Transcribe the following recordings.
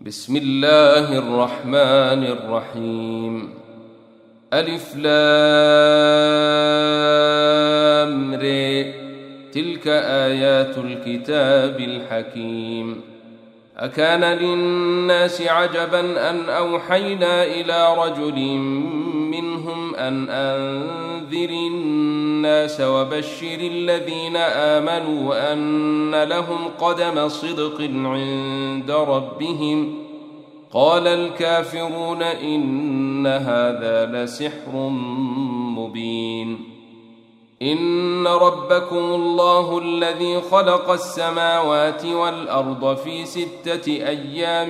بسم الله الرحمن الرحيم. ألف لام ر. تلك آيات الكتاب الحكيم. أكان للناس عجبا أن أوحينا إلى رجل منهم أن أنذر الناس وبشر الذين آمنوا أن لهم قدم صدق عند ربهم. قال الكافرون إن هذا لسحر مبين. إن ربكم الله الذي خلق السماوات والأرض في 6 أيام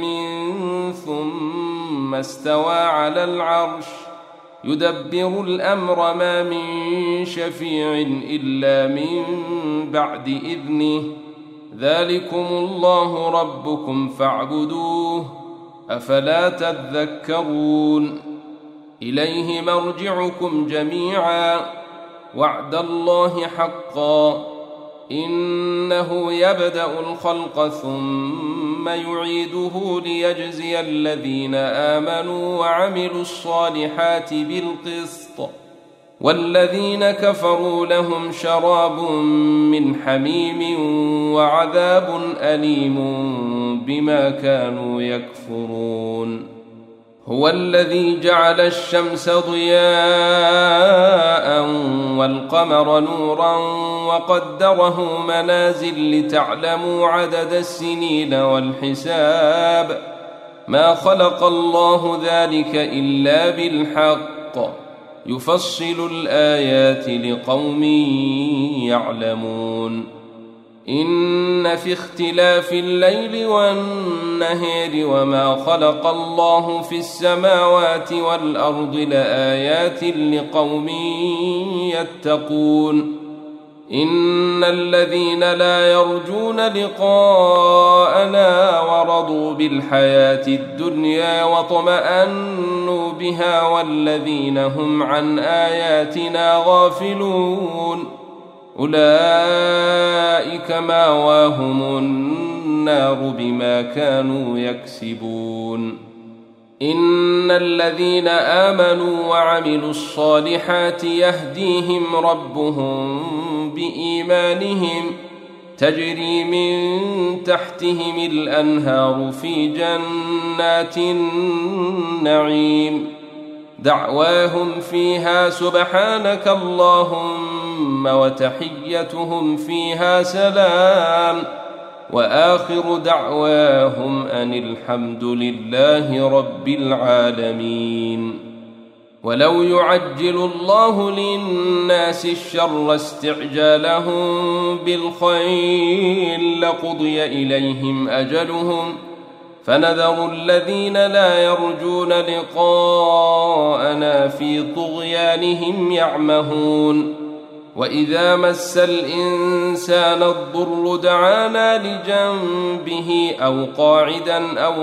ثم استوى على العرش يدبر الأمر ما من شفيع إلا من بعد إذنه. ذلكم الله ربكم فاعبدوه أفلا تذكرون. إليه مرجعكم جميعا وعد الله حقا. إنه يبدأ الخلق ثم يعيده ليجزي الذين آمنوا وعملوا الصالحات بالقسط. والذين كفروا لهم شراب من حميم وعذاب أليم بما كانوا يكفرون. هو الذي جعل الشمس ضياء والقمر نورا وقدره منازل لتعلموا عدد السنين والحساب. ما خلق الله ذلك إلا بالحق يفصل الآيات لقوم يعلمون. إن في اختلاف الليل والنهار وما خلق الله في السماوات والأرض لآيات لقوم يتقون. إن الذين لا يرجون لقاءنا ورضوا بالحياة الدنيا واطمأنوا بها والذين هم عن آياتنا غافلون أولئك مأواهم النار بما كانوا يكسبون. إن الذين آمنوا وعملوا الصالحات يهديهم ربهم بإيمانهم تجري من تحتهم الأنهار في جنات النعيم. دعواهم فيها سبحانك اللهم وتحيتهم فيها سلام وآخر دعواهم أن الحمد لله رب العالمين. ولو يعجل الله للناس الشر استعجالهم بالخير لقضي إليهم أجلهم فنذر الذين لا يرجون لقاءنا في طغيانهم يعمهون. وإذا مس الإنسان الضر دعانا لجنبه أو قاعدا أو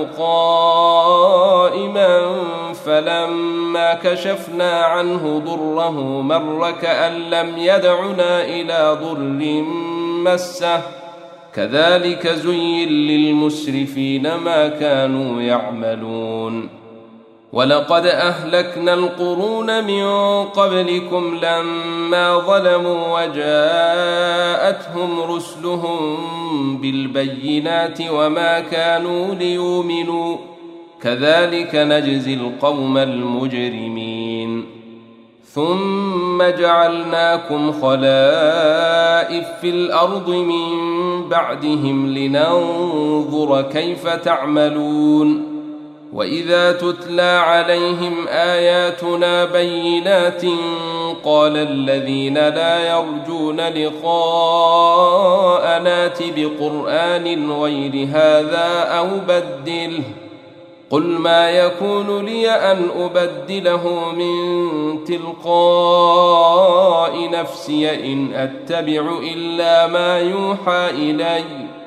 قائما فلما كشفنا عنه ضره مر كأن لم يدعنا إلى ضر مسه. كذلك زين للمسرفين ما كانوا يعملون. ولقد أهلكنا القرون من قبلكم لما ظلموا وجاءتهم رسلهم بالبينات وما كانوا ليؤمنوا كذلك نجزي القوم المجرمين. ثم جعلناكم خلائف في الأرض من بعدهم لننظر كيف تعملون. وإذا تتلى عليهم آياتنا بينات قال الذين لا يرجون لقاءنا ائت بقرآن غير هذا أو بدله. قل ما يكون لي أن أبدله من تلقاء نفسي إن أتبع إلا ما يوحى إلي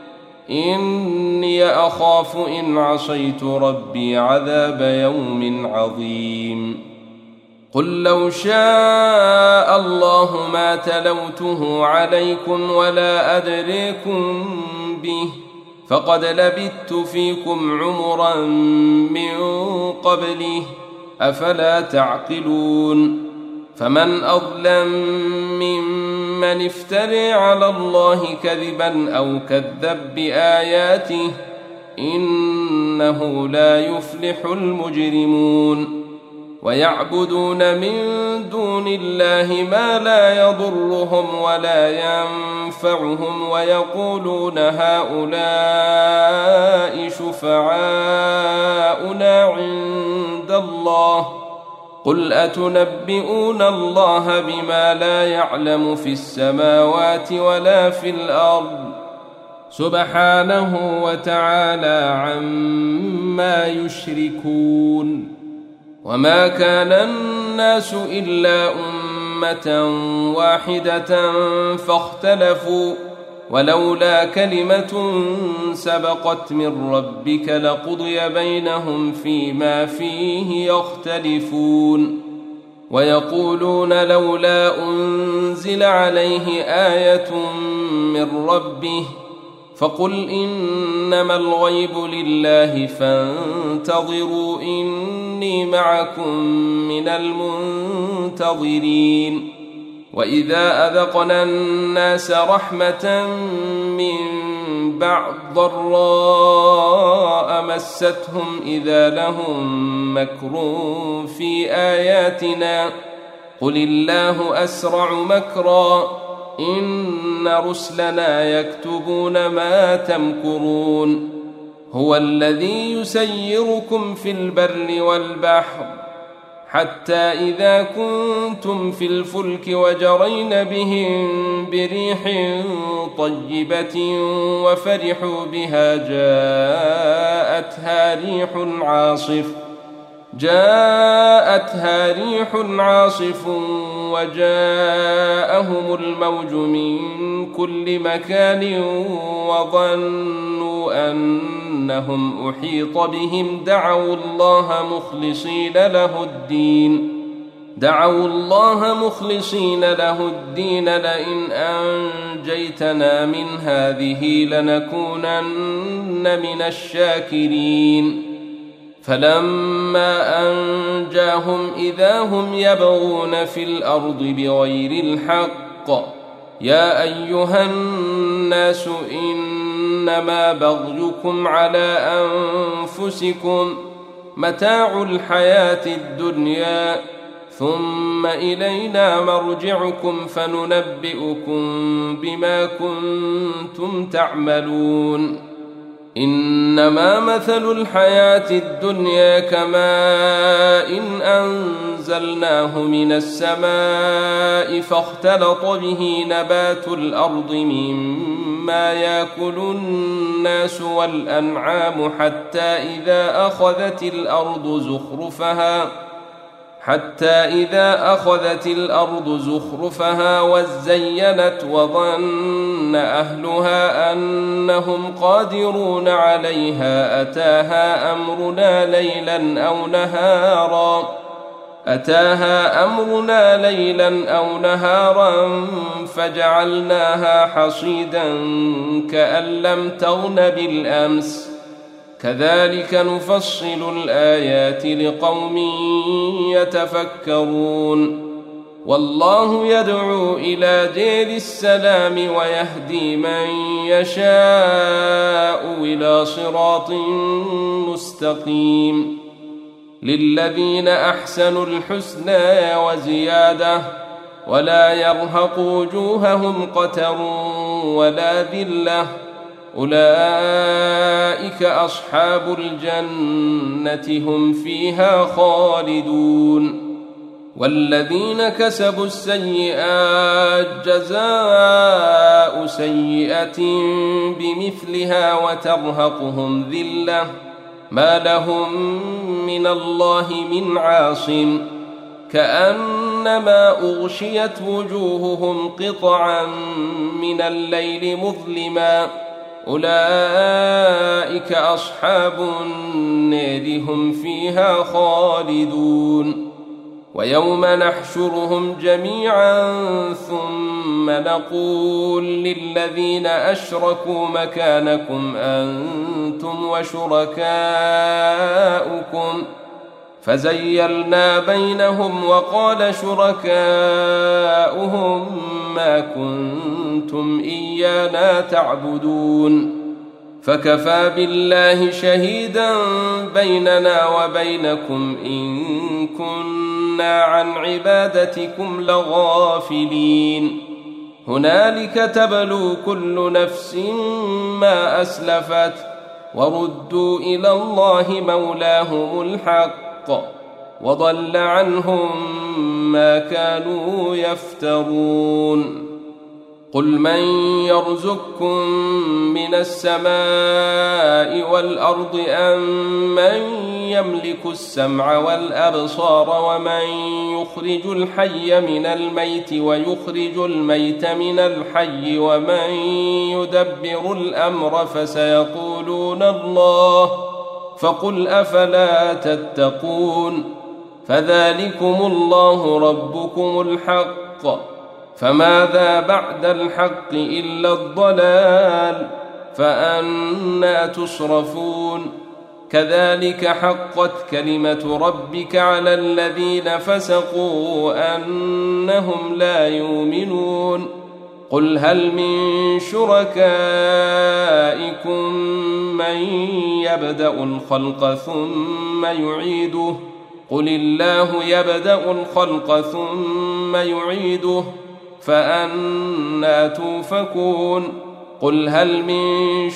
إني أخاف إن عصيت ربي عذاب يوم عظيم. قل لو شاء الله ما تلوته عليكم ولا أدريكم به فقد لبثت فيكم عمرا من قبله أفلا تعقلون فمن أظلم ممن افترى على الله كذبا أو كذب بآياته إنه لا يفلح المجرمون ويعبدون من دون الله ما لا يضرهم ولا ينفعهم ويقولون هؤلاء شفعاؤنا عند الله قل أتنبئون الله بما لا يعلم في السماوات ولا في الأرض سبحانه وتعالى عما يشركون وما كان الناس إلا أمة واحدة فاختلفوا ولولا كلمة سبقت من ربك لقضي بينهم فيما فيه يختلفون ويقولون لولا أنزل عليه آية من ربه فقل إنما الغيب لله فانتظروا إني معكم من المنتظرين وإذا أذقنا الناس رحمة من بعد ضراء مستهم إذا لهم مكر في آياتنا قل الله أسرع مكرا إن رسلنا يكتبون ما تمكرون هو الذي يسيركم في البر والبحر حتى إذا كنتم في الفلك وجرين بهم بريح طيبة وفرحوا بها جاءتها ريح عاصف وجاءهم الموج من كل مكان وظنوا أنهم أحيط بهم دعوا الله مخلصين له الدين لئن أنجيتنا من هذه لنكونن من الشاكرين فلما أنجاهم إذا هم يبغون في الأرض بغير الحق يا أيها الناس إنما بغيكم على أنفسكم متاع الحياة الدنيا ثم إلينا مرجعكم فننبئكم بما كنتم تعملون إنما مثل الحياة الدنيا كماء إن أنزلناه من السماء فاختلط به نبات الأرض مما يأكل الناس والأنعام حتى إذا أخذت الأرض زخرفها وزينت وظن أهلها أنهم قادرون عليها أتاها أمرنا ليلا أو نهارا فجعلناها حصيدا كأن لم تغن بالأمس كذلك نفصل الآيات لقوم يتفكرون والله يدعو إلى دار السلام ويهدي من يشاء إلى صراط مستقيم للذين أحسنوا الحسنى وزيادة ولا يرهق وجوههم قتر ولا ذلة أولئك أصحاب الجنة هم فيها خالدون والذين كسبوا السيئات جزاء سيئة بمثلها وترهقهم ذلة أولئك أصحاب الجنة هم فيها خالدون والذين كسبوا السيئات جزاء سيئة بمثلها وترهقهم ذلة أولئك أصحاب الجنة هم فيها خالدون والذين كسبوا السيئات جزاء سيئة بمثلها وترهقهم ذلة ما لهم من الله من عاصم كأنما أغشيت وجوههم قطعا من الليل مظلما أولئك أصحاب النار هم فيها خالدون ويوم نحشرهم جميعا ثم نقول للذين أشركوا مكانكم أنتم وشركاؤكم فزيلنا بينهم وقال شركاؤهم ما كنتم إيانا تعبدون فكفى بالله شهيدا بيننا وبينكم إن كنا عن عبادتكم لغافلين هنالك تبلو كل نفس ما أسلفت وردوا إلى الله مولاهم الحق وضل عنهم ما كانوا يفترون قل من يرزقكم من السماء والأرض أم من يملك السمع والأبصار ومن يخرج الحي من الميت ويخرج الميت من الحي ومن يدبر الأمر فسيقولون الله فقل أفلا تتقون فذلكم الله ربكم الحق فماذا بعد الحق إلا الضلال فأنى تصرفون كذلك حقت كلمة ربك على الذين فسقوا أنهم لا يؤمنون قل هل من شركائكم من يبدأ الخلق ثم يعيده قل الله يبدأ الخلق ثم يعيده فأنى توفكون قل هل من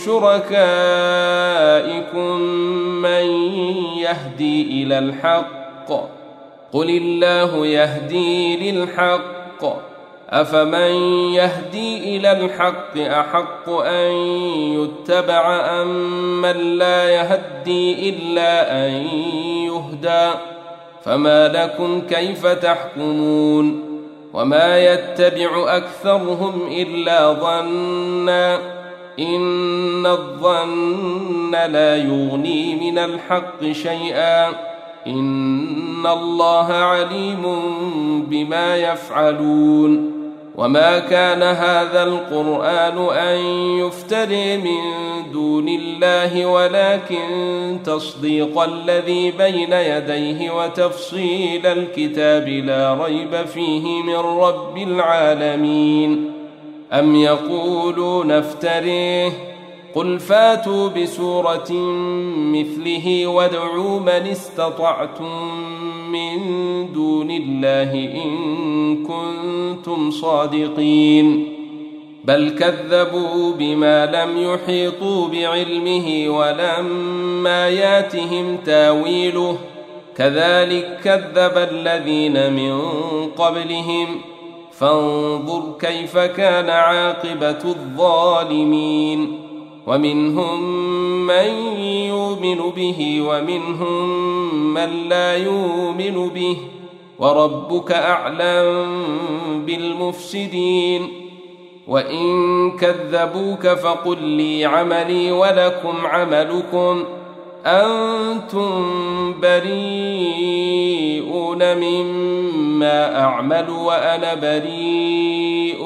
شركائكم من يهدي إلى الحق قل الله يهدي للحق أفمن يهدي إلى الحق أحق أن يتبع أم من لا يهدي إلا أن يهدى فما لكم كيف تحكمون وما يتبع أكثرهم إلا ظنا إن الظن لا يغني من الحق شيئا إن الله عليم بما يفعلون وما كان هذا القرآن أن يفتري من دون الله ولكن تصديق الذي بين يديه وتفصيل الكتاب لا ريب فيه من رب العالمين أم يقولون افتريه قل فاتوا بسورة مثله وادعوا من استطعتم من دون الله إن كنتم صادقين بل كذبوا بما لم يحيطوا بعلمه ولما ياتهم تاويله كذلك كذب الذين من قبلهم فانظر كيف كان عاقبة الظالمين ومنهم من يؤمن به ومنهم من لا يؤمن به وربك أعلم بالمفسدين وإن كذبوك فقل لي عملي ولكم عملكم أنتم بريئون مما أعمل وأنا بريء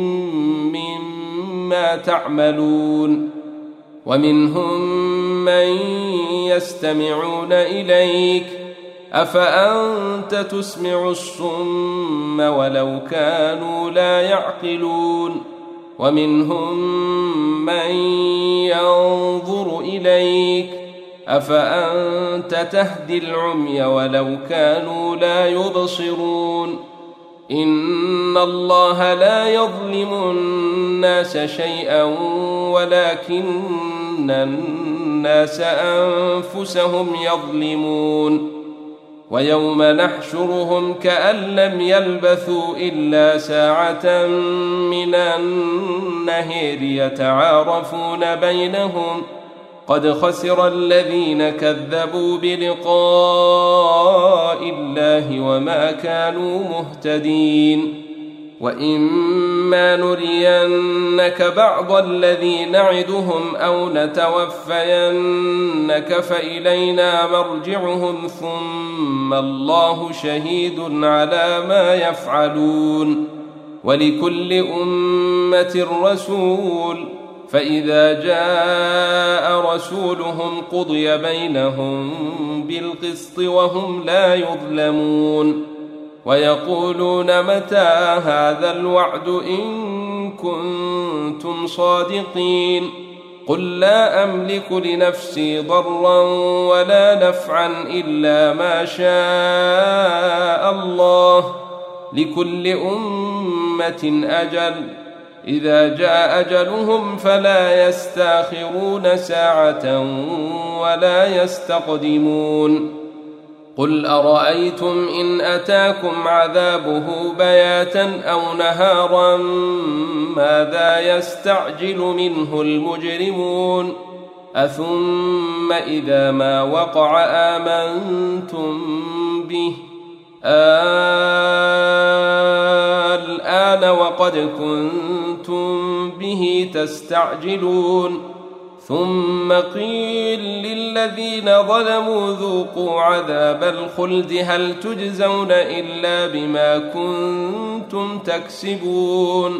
مما تعملون ومنهم من يستمعون إليك أفأنت تسمع الصم ولو كانوا لا يعقلون ومنهم من ينظر إليك أفأنت تهدي العمي ولو كانوا لا يبصرون إن الله لا يظلم الناس شيئا ولكن الناس أنفسهم يظلمون ويوم نحشرهم كأن لم يلبثوا إلا ساعة من النهار يتعارفون بينهم قد خسر الذين كذبوا بلقاء الله وما كانوا مهتدين وإما نرينك بعض الذي نعدهم أو نتوفينك فإلينا مرجعهم ثم الله شهيد على ما يفعلون ولكل أمة رسول فإذا جاء رسولهم قضي بينهم بالقسط وهم لا يظلمون ويقولون متى هذا الوعد إن كنتم صادقين قل لا أملك لنفسي ضرا ولا نفعا إلا ما شاء الله لكل أمة أجل إذا جاء أجلهم فلا يستأخرون ساعة ولا يستقدمون قل أرأيتم إن أتاكم عذابه بياتا أو نهارا ماذا يستعجل منه المجرمون أثم إذا ما وقع آمنتم به الآن وقد كنتم به تستعجلون ثم قيل للذين ظلموا ذوقوا عذاب الخلد هل تجزون إلا بما كنتم تكسبون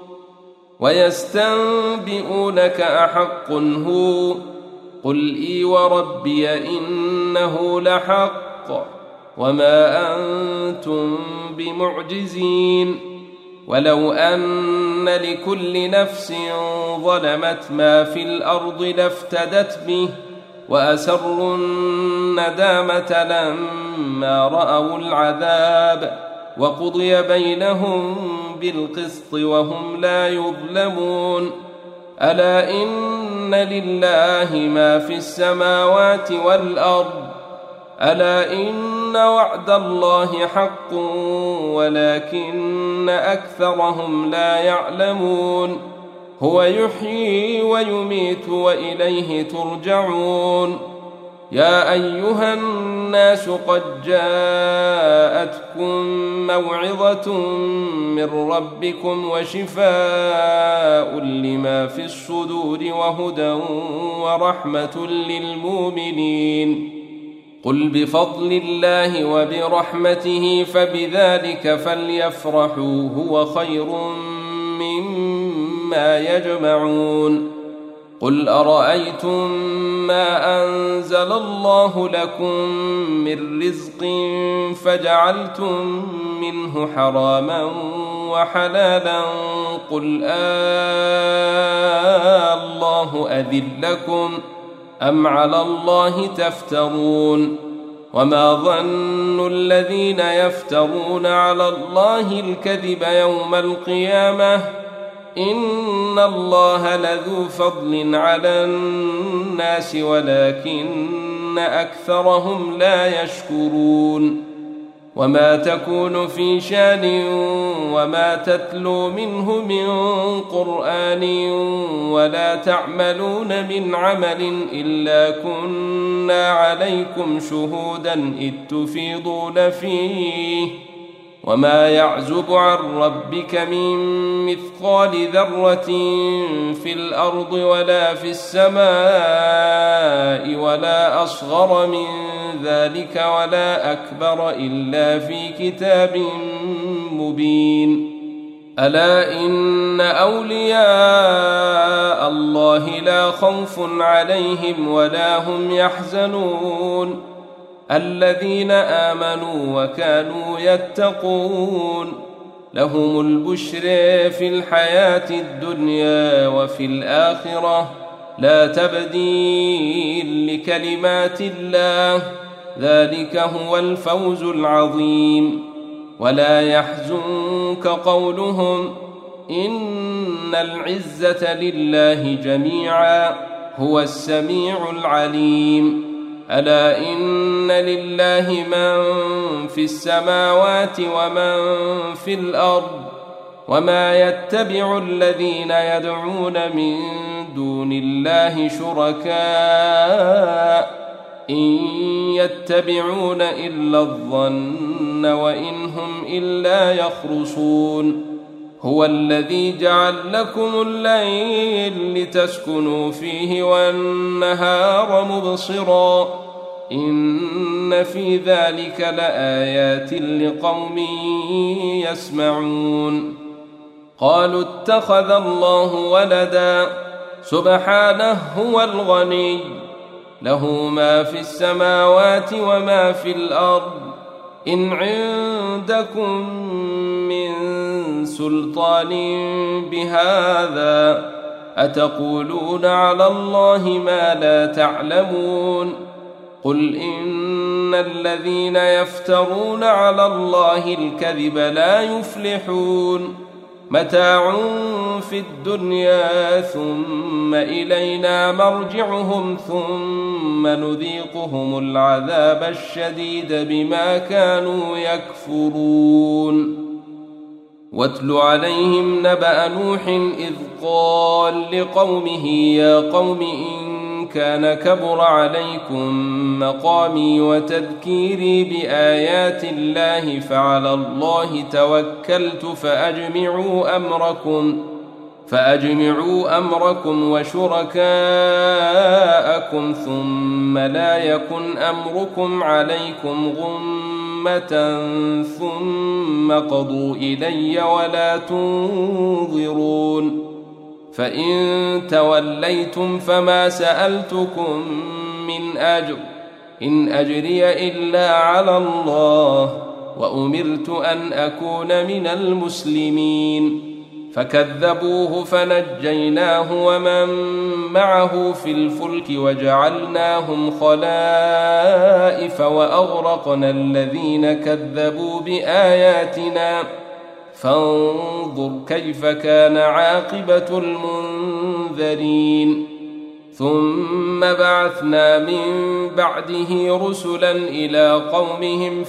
ويستنبئونك أحق هو قل إي وربي إنه لحق وما أنتم بمعجزين ولو أن لكل نفس ظلمت ما في الأرض لافتدت به وأسروا الندامة لما رأوا العذاب وقضي بينهم بالقسط وهم لا يظلمون ألا إن لله ما في السماوات والأرض ألا إن وعد الله حق ولكن أكثرهم لا يعلمون هو يحيي ويميت وإليه ترجعون يا أيها الناس قد جاءتكم موعظة من ربكم وشفاء لما في الصدور وهدى ورحمة للمؤمنين قل بفضل الله وبرحمته فبذلك فليفرحوا هو خير مما يجمعون قل أرأيتم ما أنزل الله لكم من رزق فجعلتم منه حراما وحلالا قل الله أذن لكم أم على الله تفترون وما ظن الذين يفترون على الله الكذب يوم القيامة إن الله لذو فضل على الناس ولكن أكثرهم لا يشكرون وما تكون في شان وما تتلو منه من قرآن ولا تعملون من عمل إلا كنا عليكم شهودا إذ تفيضون فيه وما يعزب عن ربك من مثقال ذرة في الأرض ولا في السماء ولا أصغر من ذلك ولا أكبر إلا في كتاب مبين ألا إن أولياء الله لا خوف عليهم ولا هم يحزنون الذين آمنوا وكانوا يتقون لهم البشر في الحياة الدنيا وفي الآخرة لا تبديل لكلمات الله ذلك هو الفوز العظيم ولا يحزنك قولهم إن العزة لله جميعا هو السميع العليم ألا إن لله من في السماوات ومن في الأرض وما يتبع الذين يدعون من دون الله شركاء إن يتبعون إلا الظن وإن هم إلا يخرصون هو الذي جعل لكم الليل لتسكنوا فيه والنهار مبصرا إن في ذلك لآيات لقوم يسمعون قالوا اتخذ الله ولدا سبحانه هو الغني له ما في السماوات وما في الأرض إن عندكم من سلطان بهذا أتقولون على الله ما لا تعلمون قل إن الذين يفترون على الله الكذب لا يفلحون متاع في الدنيا ثم إلينا مرجعهم ثم نذيقهم العذاب الشديد بما كانوا يكفرون واتل عليهم نبأ نوح إذ قال لقومه يا قوم إن كان كبر عليكم مقامي وتذكيري بآيات الله فعلى الله توكلت فأجمعوا أمركم وشركاءكم ثم لا يكن أمركم عليكم غمة ثم قضوا إلي ولا تنظرون فإن توليتم فما سألتكم من أجر إن أجري إلا على الله وأمرت أن أكون من المسلمين فكذبوه فنجيناه ومن معه في الفلك وجعلناهم خلائف وأغرقنا الذين كذبوا بآياتنا فانظر كيف كان عاقبة المنذرين ثم بعثنا من بعده رسلا إلى قومهم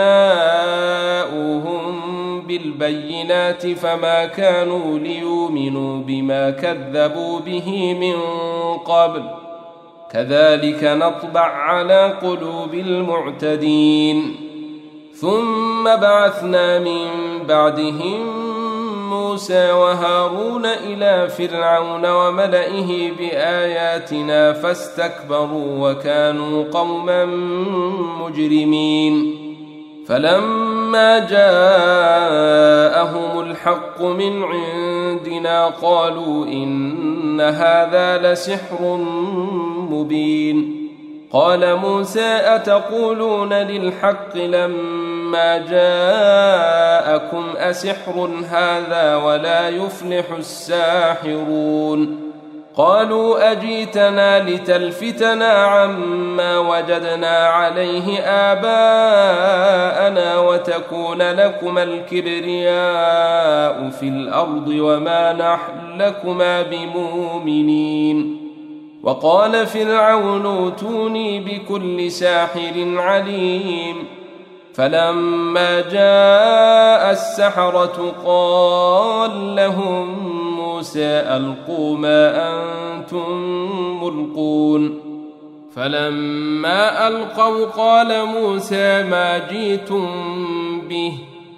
فجاءوهم بالبينات فما كانوا ليؤمنوا بما كذبوا به من قبل كذلك نطبع على قلوب المعتدين ثم بعثنا من بعدهم موسى وهارون إلى فرعون وملئه بآياتنا فاستكبروا وكانوا قوما مجرمين فلما جاءهم الحق من عندنا قالوا إن هذا لسحر مبين قال موسى أتقولون للحق لما جاءكم أسحر هذا ولا يفلح الساحرون قالوا أجيتنا لتلفتنا عما وجدنا عليه آباءنا وتكون لكما الكبرياء في الأرض وما نحن لكما بمؤمنين وقال فرعون ائتوني بكل ساحر عليم فلما جاء السحرة قال لهم موسى ألقوا ما أنتم ملقون فلما ألقوا قال موسى ما جئتم به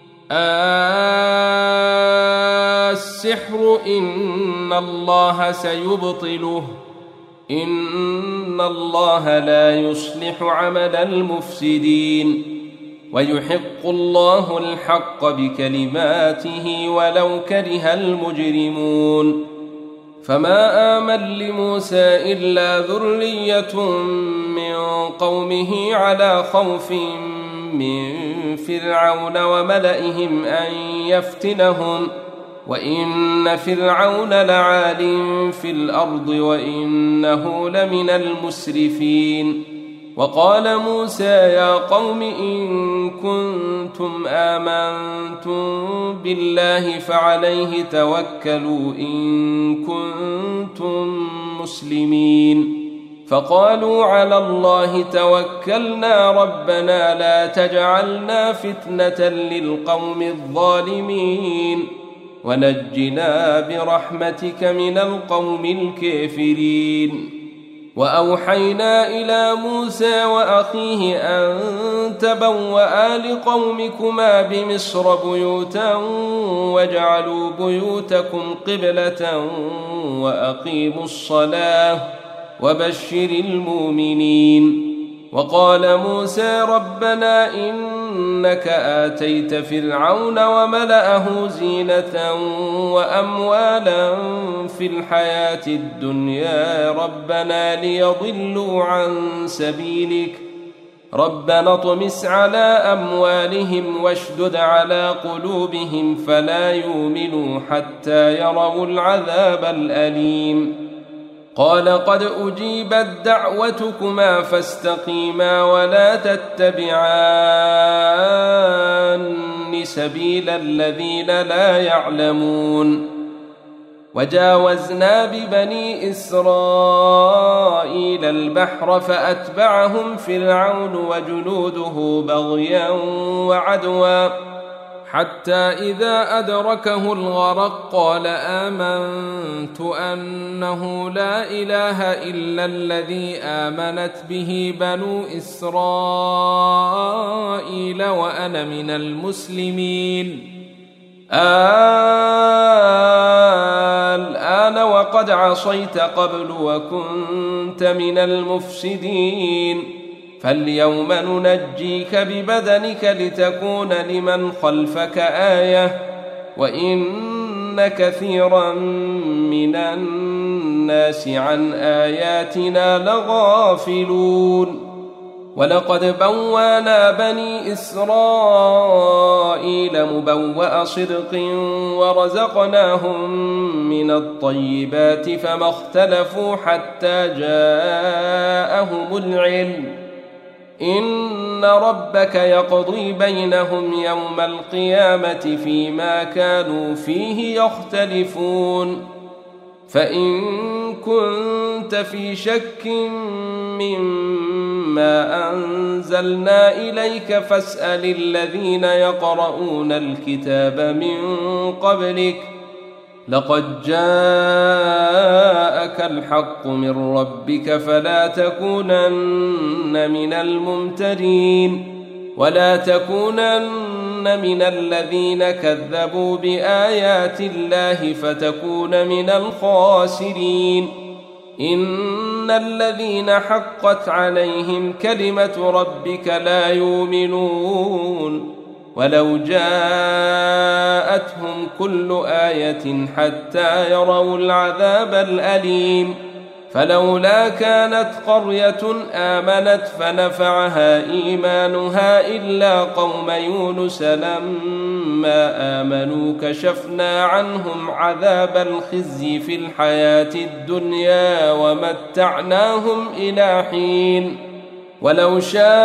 السحر إن الله سيبطله إن الله لا يصلح عمل المفسدين ويحق الله الحق بكلماته ولو كره المجرمون فما آمن لموسى إلا ذرية من قومه على خوف من فرعون وملئهم أن يفتنهم وإن فرعون لعال في الأرض وإنه لمن المسرفين وقال موسى يا قوم إن كنتم آمنتم بالله فعليه توكلوا إن كنتم مسلمين فقالوا على الله توكلنا ربنا لا تجعلنا فتنة للقوم الظالمين ونجنا برحمتك من القوم الكافرين وأوحينا إلى موسى وأخيه أن تبوأ لقومكما بمصر بيوتا واجعلوا بيوتكم قبلة وأقيموا الصلاة وبشر المؤمنين. وقال موسى ربنا إنك آتيت فرعون وملأه زينة وأموالا في الحياة الدنيا ربنا ليضلوا عن سبيلك ربنا اطمس على أموالهم واشدد على قلوبهم فلا يؤمنوا حتى يروا العذاب الأليم. قال قد أجيبت دعوتكما فاستقيما ولا تتبعان سبيل الذين لا يعلمون. وجاوزنا ببني إسرائيل البحر فأتبعهم فرعون وجنوده بغيا وعدوا حتى إذا أدركه الغرق قال آمنت أنه لا إله إلا الذي آمنت به بنو إسرائيل وأنا من المسلمين. الآن وقد عصيت قبل وكنت من المفسدين فاليوم ننجيك ببدنك لتكون لمن خلفك آية وإن كثيرا من الناس عن آياتنا لغافلون. ولقد بوّانا بني إسرائيل مبوأ صدق ورزقناهم من الطيبات فما اختلفوا حتى جاءهم العلم إن ربك يقضي بينهم يوم القيامة فيما كانوا فيه يختلفون. فإن كنت في شك مما أنزلنا إليك فاسأل الذين يقرؤون الكتاب من قبلك لقد جاءك الحق من ربك فلا تكونن من الممترين ولا تكونن من الذين كذبوا بآيات الله فتكون من الخاسرين. إن الذين حقت عليهم كلمة ربك لا يؤمنون ولو جاءتهم كل آية حتى يروا العذاب الأليم. فلولا كانت قرية آمنت فنفعها إيمانها إلا قوم يونس لما آمنوا كشفنا عنهم عذاب الخزي في الحياة الدنيا ومتعناهم إلى حين. ولو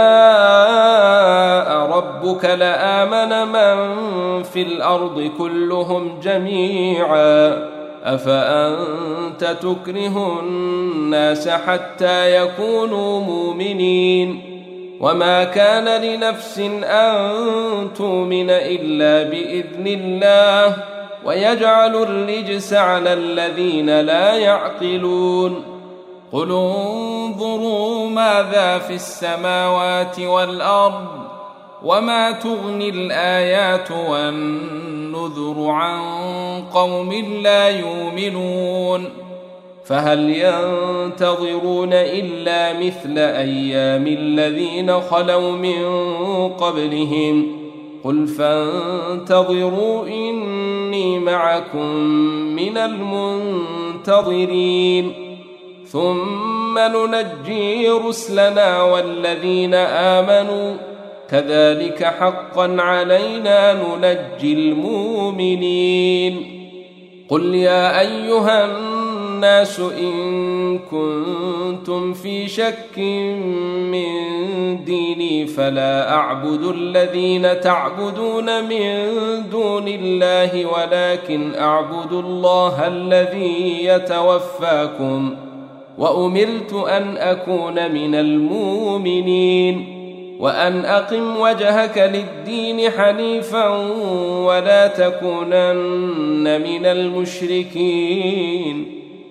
شاء ربك لآمن من في الأرض كلهم جميعا أفأنت تكره الناس حتى يكونوا مؤمنين وما كان لنفس أن تؤمن إلا بإذن الله ويجعل الرجس على الذين لا يعقلون. قل انظروا ماذا في السماوات والأرض وما تغني الآيات والنذر عن قوم لا يؤمنون. فهل ينتظرون إلا مثل أيام الذين خلوا من قبلهم قل فانتظروا إني معكم من المنتظرين ثم ننجي رسلنا والذين آمنوا كذلك حقا علينا ننجي المؤمنين. قل يا أيها الناس إن كنتم في شك من ديني فلا أعبد الذين تعبدون من دون الله ولكن أعبد الله الذي يتوفاكم وأمرت أن أكون من المؤمنين وأن أقم وجهك للدين حنيفا ولا تكونن من المشركين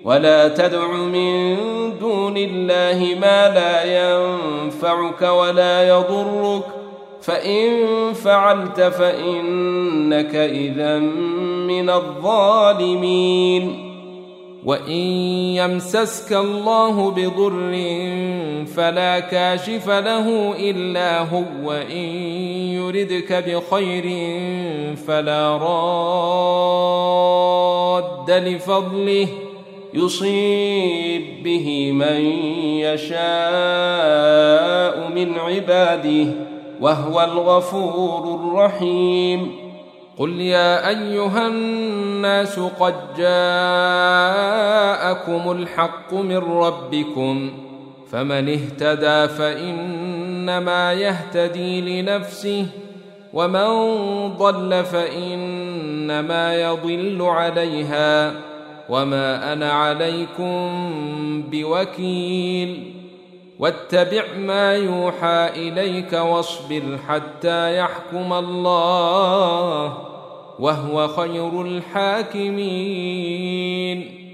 ولا تدع من دون الله ما لا ينفعك ولا يضرك فإن فعلت فإنك إذا من الظالمين وإن يمسسك الله بضر فلا كاشف له إلا هو وإن يردك بخير فلا راد لفضله يصيب به من يشاء من عباده وهو الغفور الرحيم قل يا أيها الناس قد جاءكم الحق من ربكم فمن اهتدى فإنما يهتدي لنفسه ومن ضل فإنما يضل عليها وما أنا عليكم بوكيل واتبع ما يوحى إليك واصبر حتى يحكم الله وهو خير الحاكمين